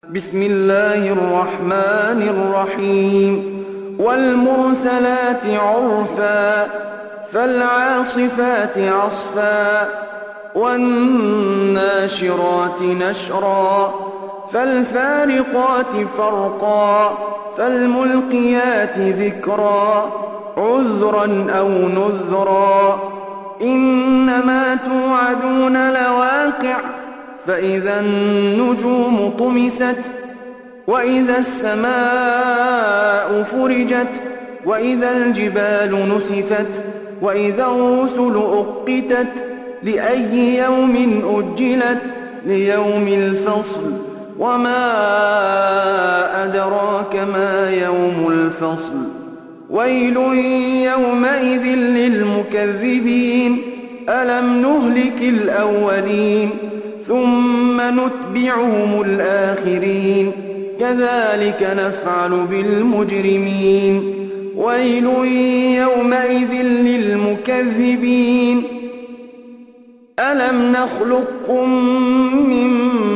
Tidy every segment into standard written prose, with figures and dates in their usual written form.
بسم الله الرحمن الرحيم والمرسلات عرفا فالعاصفات عصفا والناشرات نشرا فالفارقات فرقا فالملقيات ذكرا عذرا أو نذرا إنما توعدون لواقع فإذا النجوم طمست وإذا السماء فرجت وإذا الجبال نسفت وإذا الرسل أقتت لأي يوم أجلت ليوم الفصل وما أدراك ما يوم الفصل ويل يومئذ للمكذبين ألم نهلك الأولين ثم نتبعهم الآخرين كذلك نفعل بالمجرمين ويل يومئذ للمكذبين ألم نخلقكم من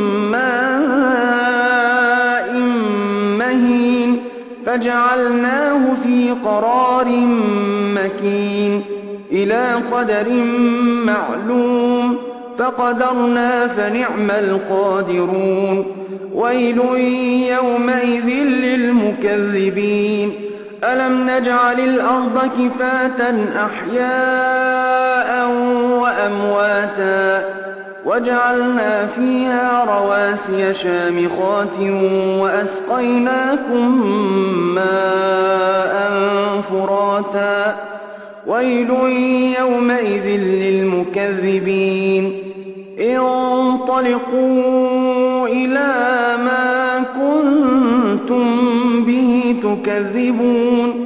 ماء مهين فجعلناه في قرار مكين إلى قدر معلوم فقدرنا فنعم القادرون ويل يومئذ للمكذبين ألم نجعل الأرض كفاة أحياء وأمواتا وجعلنا فيها رواسي شامخات وأسقيناكم ماء فراتا ويل يومئذ للمكذبين انطلقوا إلى ما كنتم به تكذبون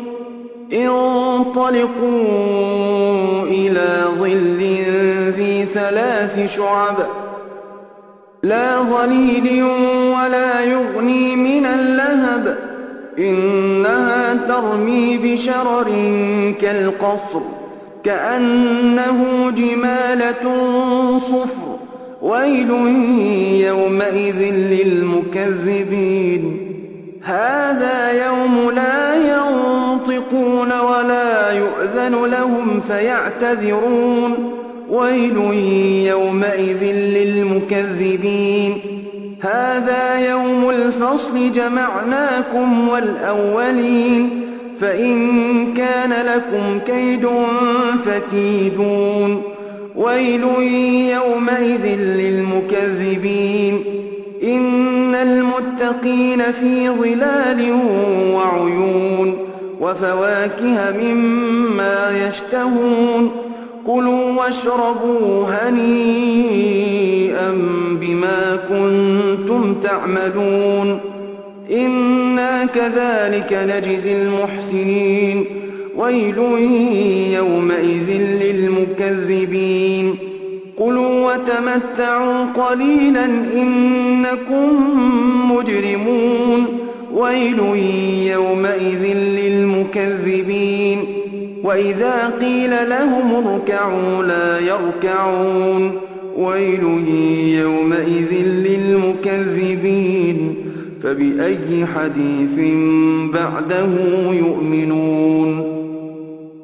انطلقوا إلى ظل ذي 3 شعب لا ظليل ولا يغني من اللهب إنها ترمي بشرر كالقصر كأنه جمالة صفر ويل يومئذ للمكذبين هذا يوم لا ينطقون ولا يؤذن لهم فيعتذرون ويل يومئذ للمكذبين هذا يوم الفصل جمعناكم والأولين فإن كان لكم كيد فكيدون ويل يومئذ للمكذبين إن المتقين في ظلال وعيون وفواكه مما يشتهون كلوا واشربوا هنيئا بما كنتم تعملون إنا كذلك نجزي المحسنين ويل يومئذ للمكذبين كلوا وتمتعوا قليلا إنكم مجرمون ويل يومئذ للمكذبين وإذا قيل لهم اركعوا لا يركعون ويل يومئذ للمكذبين فبأي حديث بعده يؤمنون